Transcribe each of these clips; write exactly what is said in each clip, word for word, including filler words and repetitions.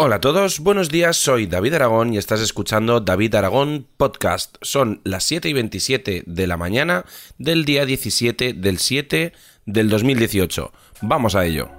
Hola a todos, buenos días, soy David Aragón y estás escuchando David Aragón Podcast. Son las siete y veintisiete de la mañana del día diecisiete del siete del dos mil dieciocho. Vamos a ello.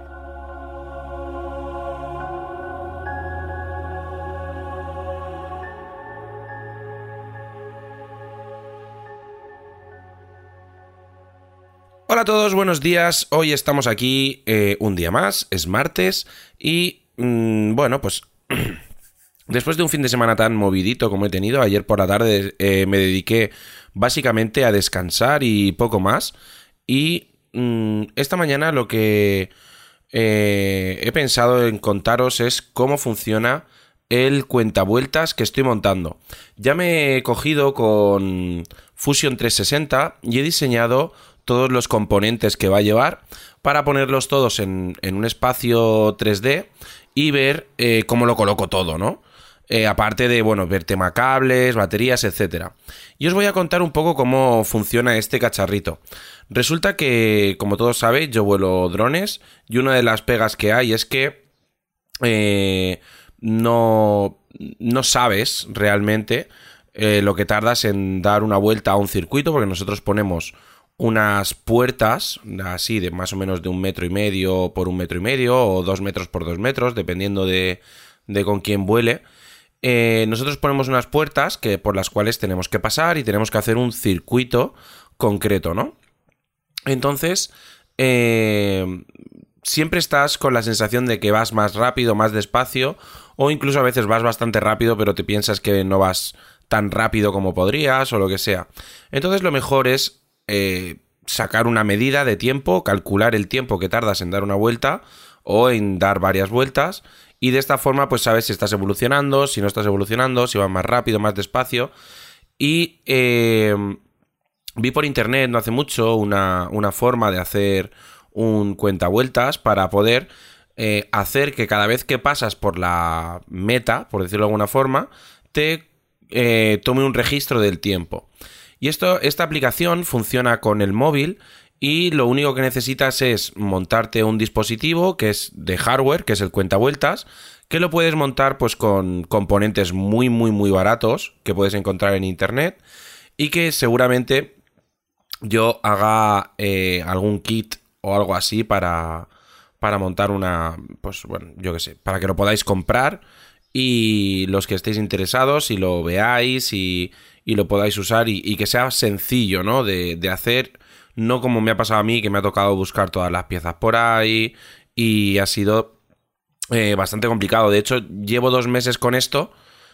Hola a todos, buenos días. Hoy estamos aquí eh, un día más, es martes y mmm, bueno, pues después de un fin de semana tan movidito como he tenido, ayer por la tarde eh, me dediqué básicamente a descansar y poco más. Y mmm, esta mañana lo que eh, he pensado en contaros es cómo funciona el cuentavueltas que estoy montando. Ya me he cogido con Fusion trescientos sesenta y he diseñado todos los componentes que va a llevar para ponerlos todos en, en un espacio tres D y ver eh, cómo lo coloco todo, ¿no? Eh, aparte de, bueno, ver tema cables, baterías, etcétera. Y os voy a contar un poco cómo funciona este cacharrito. Resulta que, como todos sabéis, yo vuelo drones y una de las pegas que hay es que eh, no, no sabes realmente eh, lo que tardas en dar una vuelta a un circuito, porque nosotros ponemos unas puertas así de más o menos de un metro y medio por un metro y medio o dos metros por dos metros, dependiendo de, de con quién vuele. Eh, nosotros ponemos unas puertas que, por las cuales tenemos que pasar y tenemos que hacer un circuito concreto, ¿no? Entonces, eh, siempre estás con la sensación de que vas más rápido, más despacio, o incluso a veces vas bastante rápido, pero te piensas que no vas tan rápido como podrías o lo que sea. Entonces, lo mejor es Eh, sacar una medida de tiempo, calcular el tiempo que tardas en dar una vuelta o en dar varias vueltas, y de esta forma pues sabes si estás evolucionando, si no estás evolucionando, si vas más rápido, más despacio. Y eh, vi por internet no hace mucho una, una forma de hacer un cuentavueltas para poder eh, hacer que cada vez que pasas por la meta, por decirlo de alguna forma, te eh, tome un registro del tiempo. Y esto, esta aplicación funciona con el móvil y lo único que necesitas es montarte un dispositivo que es de hardware, que es el cuentavueltas, que lo puedes montar pues con componentes muy muy muy baratos que puedes encontrar en internet y que seguramente yo haga eh, algún kit o algo así para, para montar una, pues bueno, yo qué sé, para que lo podáis comprar y los que estéis interesados y lo veáis y... y lo podáis usar y, y que sea sencillo, ¿no? De, de hacer, no como me ha pasado a mí, que me ha tocado buscar todas las piezas por ahí y ha sido eh, bastante complicado. De hecho, llevo dos meses con esto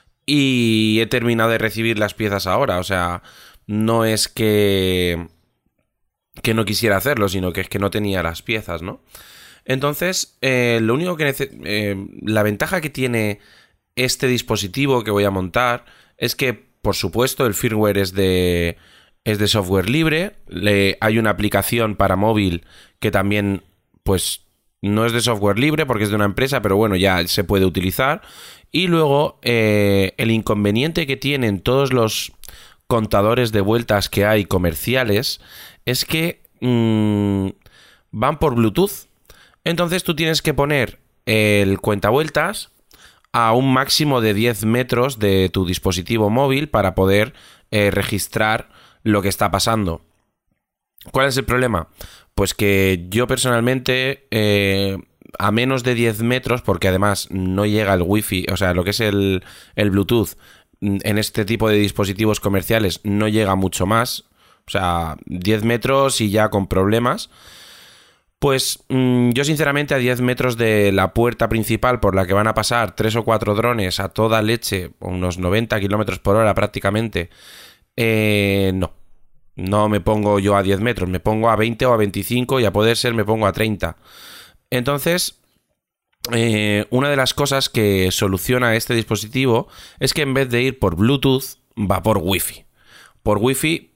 y he terminado de recibir las piezas ahora. O sea, no es que, que no quisiera hacerlo, sino que es que no tenía las piezas, ¿no? Entonces, eh, lo único que nece- eh, la ventaja que tiene este dispositivo que voy a montar es que, por supuesto, el firmware es de, es de software libre. Le, hay una aplicación para móvil que también, pues, no es de software libre porque es de una empresa, pero bueno, ya se puede utilizar. Y luego, eh, el inconveniente que tienen todos los contadores de vueltas que hay comerciales es que mmm, van por Bluetooth. Entonces tú tienes que poner el cuentavueltas a un máximo de diez metros de tu dispositivo móvil para poder eh, registrar lo que está pasando. ¿Cuál es el problema? Pues que yo personalmente eh, a menos de diez metros, porque además no llega el wifi, o sea, lo que es el, el Bluetooth en este tipo de dispositivos comerciales no llega mucho más, o sea, diez metros y ya con problemas. Pues mmm, yo sinceramente a diez metros de la puerta principal por la que van a pasar tres o cuatro drones a toda leche, unos noventa kilómetros por hora prácticamente, eh, no, no me pongo yo a diez metros, me pongo a veinte o a veinticinco y a poder ser me pongo a treinta. Entonces, eh, una de las cosas que soluciona este dispositivo es que en vez de ir por Bluetooth, va por Wi-Fi. Por Wi-Fi,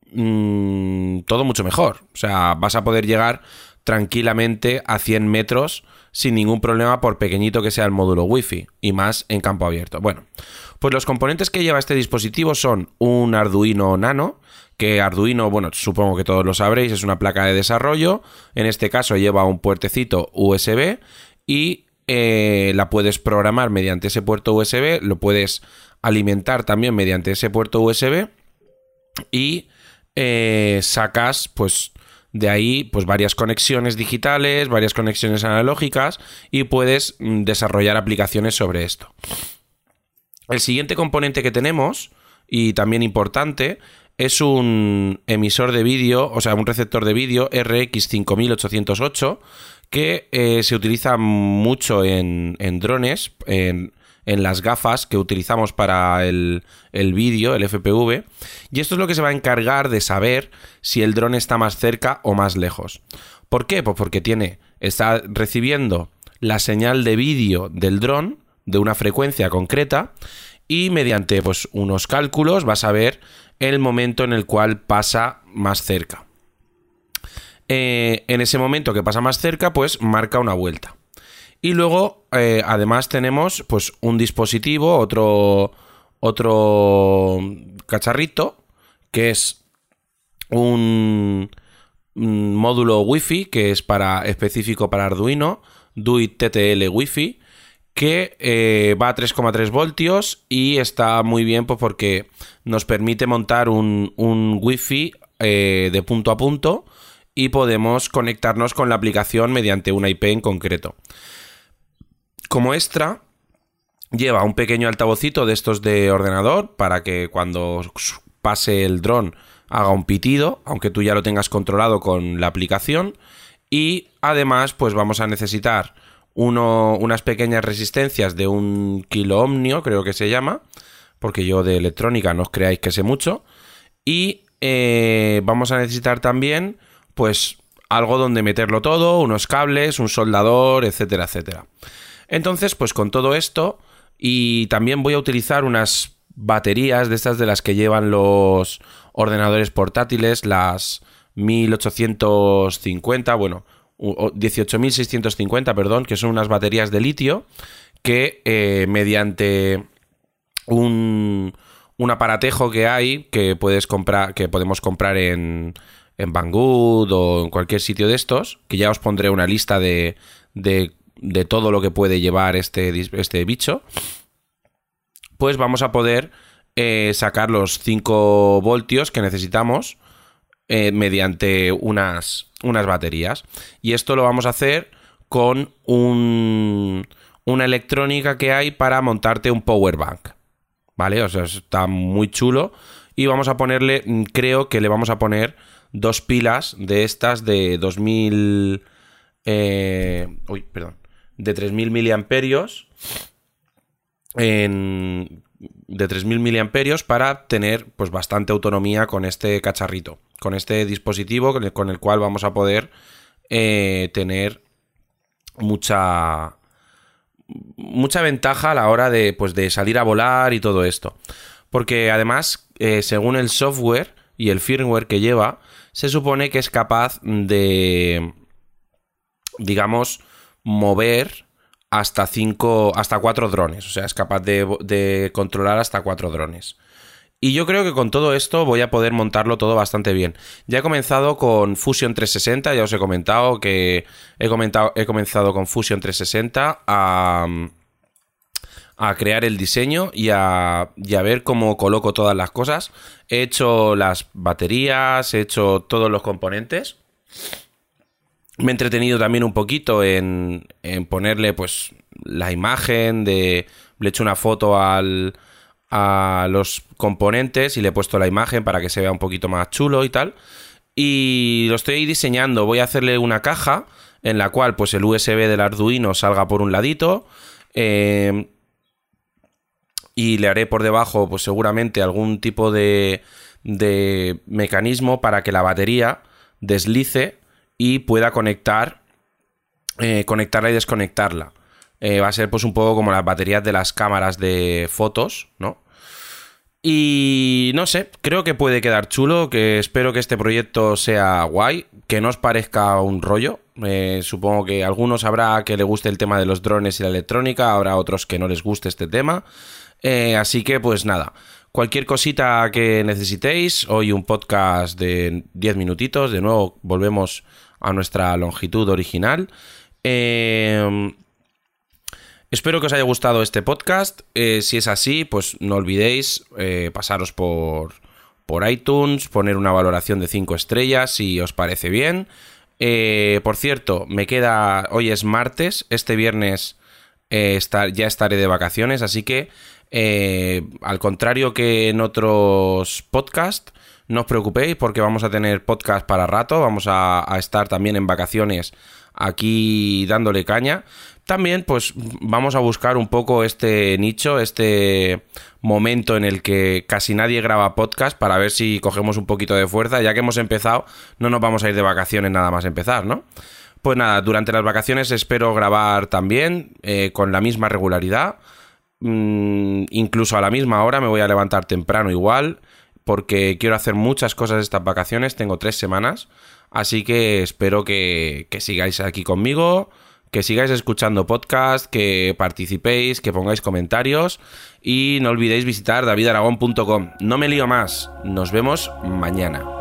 mmm, todo mucho mejor, o sea, vas a poder llegar tranquilamente a cien metros sin ningún problema, por pequeñito que sea el módulo Wi-Fi, y más en campo abierto. Bueno, pues los componentes que lleva este dispositivo son un Arduino Nano, que Arduino, bueno, supongo que todos lo sabréis, es una placa de desarrollo. En este caso lleva un puertecito U S B y eh, la puedes programar mediante ese puerto U S B, lo puedes alimentar también mediante ese puerto U S B y eh, sacas pues de ahí pues varias conexiones digitales, varias conexiones analógicas y puedes mm, desarrollar aplicaciones sobre esto. El siguiente componente que tenemos, y también importante, es un emisor de vídeo, o sea, un receptor de vídeo R X cinco mil ochocientos ocho que eh, se utiliza mucho en, en drones, en, en las gafas que utilizamos para el, el vídeo, el F P V, y esto es lo que se va a encargar de saber si el dron está más cerca o más lejos. ¿Por qué? Pues porque tiene, está recibiendo la señal de vídeo del dron de una frecuencia concreta y mediante pues, unos cálculos va a saber el momento en el cual pasa más cerca. Eh, en ese momento que pasa más cerca, pues marca una vuelta. Y luego, eh, además, tenemos pues un dispositivo, otro, otro cacharrito, que es un, un módulo Wi-Fi, que es para, específico para Arduino, Duit T T L Wi-Fi, que eh, va a tres coma tres voltios y está muy bien pues, porque nos permite montar un, un Wi-Fi eh, de punto a punto y podemos conectarnos con la aplicación mediante una I P en concreto. Como extra, lleva un pequeño altavocito de estos de ordenador para que cuando pase el dron haga un pitido, aunque tú ya lo tengas controlado con la aplicación. Y además, pues vamos a necesitar uno, unas pequeñas resistencias de un kilo ohmio, creo que se llama, porque yo de electrónica no os creáis que sé mucho. Y eh, vamos a necesitar también, pues, algo donde meterlo todo, unos cables, un soldador, etcétera, etcétera. Entonces, pues con todo esto, y también voy a utilizar unas baterías de estas de las que llevan los ordenadores portátiles, las mil ochocientos cincuenta, bueno, dieciocho mil seiscientos cincuenta, perdón, que son unas baterías de litio que eh, mediante un, un aparatejo que hay, que puedes comprar, que podemos comprar en, en Banggood o en cualquier sitio de estos, que ya os pondré una lista de, de de todo lo que puede llevar este, este bicho, pues vamos a poder eh, sacar los cinco voltios que necesitamos eh, mediante unas, unas baterías. Y esto lo vamos a hacer con un, una electrónica que hay para montarte un power bank, ¿vale? O sea, está muy chulo. Y vamos a ponerle, creo que le vamos a poner dos pilas de estas de dos mil... Eh, uy, perdón. de tres mil miliamperios en, de tres mil miliamperios para tener pues bastante autonomía con este cacharrito, con este dispositivo con el, con el cual vamos a poder eh, tener mucha mucha ventaja a la hora de, pues, de salir a volar y todo esto, porque además eh, según el software y el firmware que lleva, se supone que es capaz de, digamos, mover hasta cinco, hasta cuatro drones. O sea, es capaz de, de controlar hasta cuatro drones. Y yo creo que con todo esto voy a poder montarlo todo bastante bien. Ya he comenzado con Fusion trescientos sesenta, ya os he comentado que he, comentado, he comenzado con Fusion trescientos sesenta a, a crear el diseño y a, y a ver cómo coloco todas las cosas. He hecho las baterías, he hecho todos los componentes. Me he entretenido también un poquito en, en ponerle pues la imagen de... Le he hecho una foto al, a los componentes y le he puesto la imagen para que se vea un poquito más chulo y tal. Y lo estoy diseñando. Voy a hacerle una caja en la cual pues el U S B del Arduino salga por un ladito. Eh, y le haré por debajo pues seguramente algún tipo de, de mecanismo para que la batería deslice y pueda conectar, eh, conectarla y desconectarla. Eh, va a ser pues un poco como las baterías de las cámaras de fotos, ¿no? Y no sé, creo que puede quedar chulo, que espero que este proyecto sea guay, que no os parezca un rollo. Eh, supongo que a algunos habrá que le guste el tema de los drones y la electrónica, habrá otros que no les guste este tema. Eh, así que pues nada, cualquier cosita que necesitéis, hoy un podcast de diez minutitos, de nuevo volvemos a nuestra longitud original. Eh, Espero que os haya gustado este podcast. Eh, si es así, pues no olvidéis eh, pasaros por, por iTunes, poner una valoración de cinco estrellas si os parece bien. Eh, por cierto, me queda... Hoy es martes, este viernes eh, estar, ya estaré de vacaciones, así que eh, al contrario que en otros podcasts, no os preocupéis porque vamos a tener podcast para rato, vamos a, a estar también en vacaciones aquí dándole caña. También pues vamos a buscar un poco este nicho, este momento en el que casi nadie graba podcast para ver si cogemos un poquito de fuerza. Ya que hemos empezado, no nos vamos a ir de vacaciones nada más empezar, ¿no? Pues nada, durante las vacaciones espero grabar también eh, con la misma regularidad. Mm, incluso a la misma hora me voy a levantar temprano igual, porque quiero hacer muchas cosas estas vacaciones, tengo tres semanas, así que espero que, que sigáis aquí conmigo, que sigáis escuchando podcast, que participéis, que pongáis comentarios y no olvidéis visitar david aragón punto com. No me lío más, nos vemos mañana.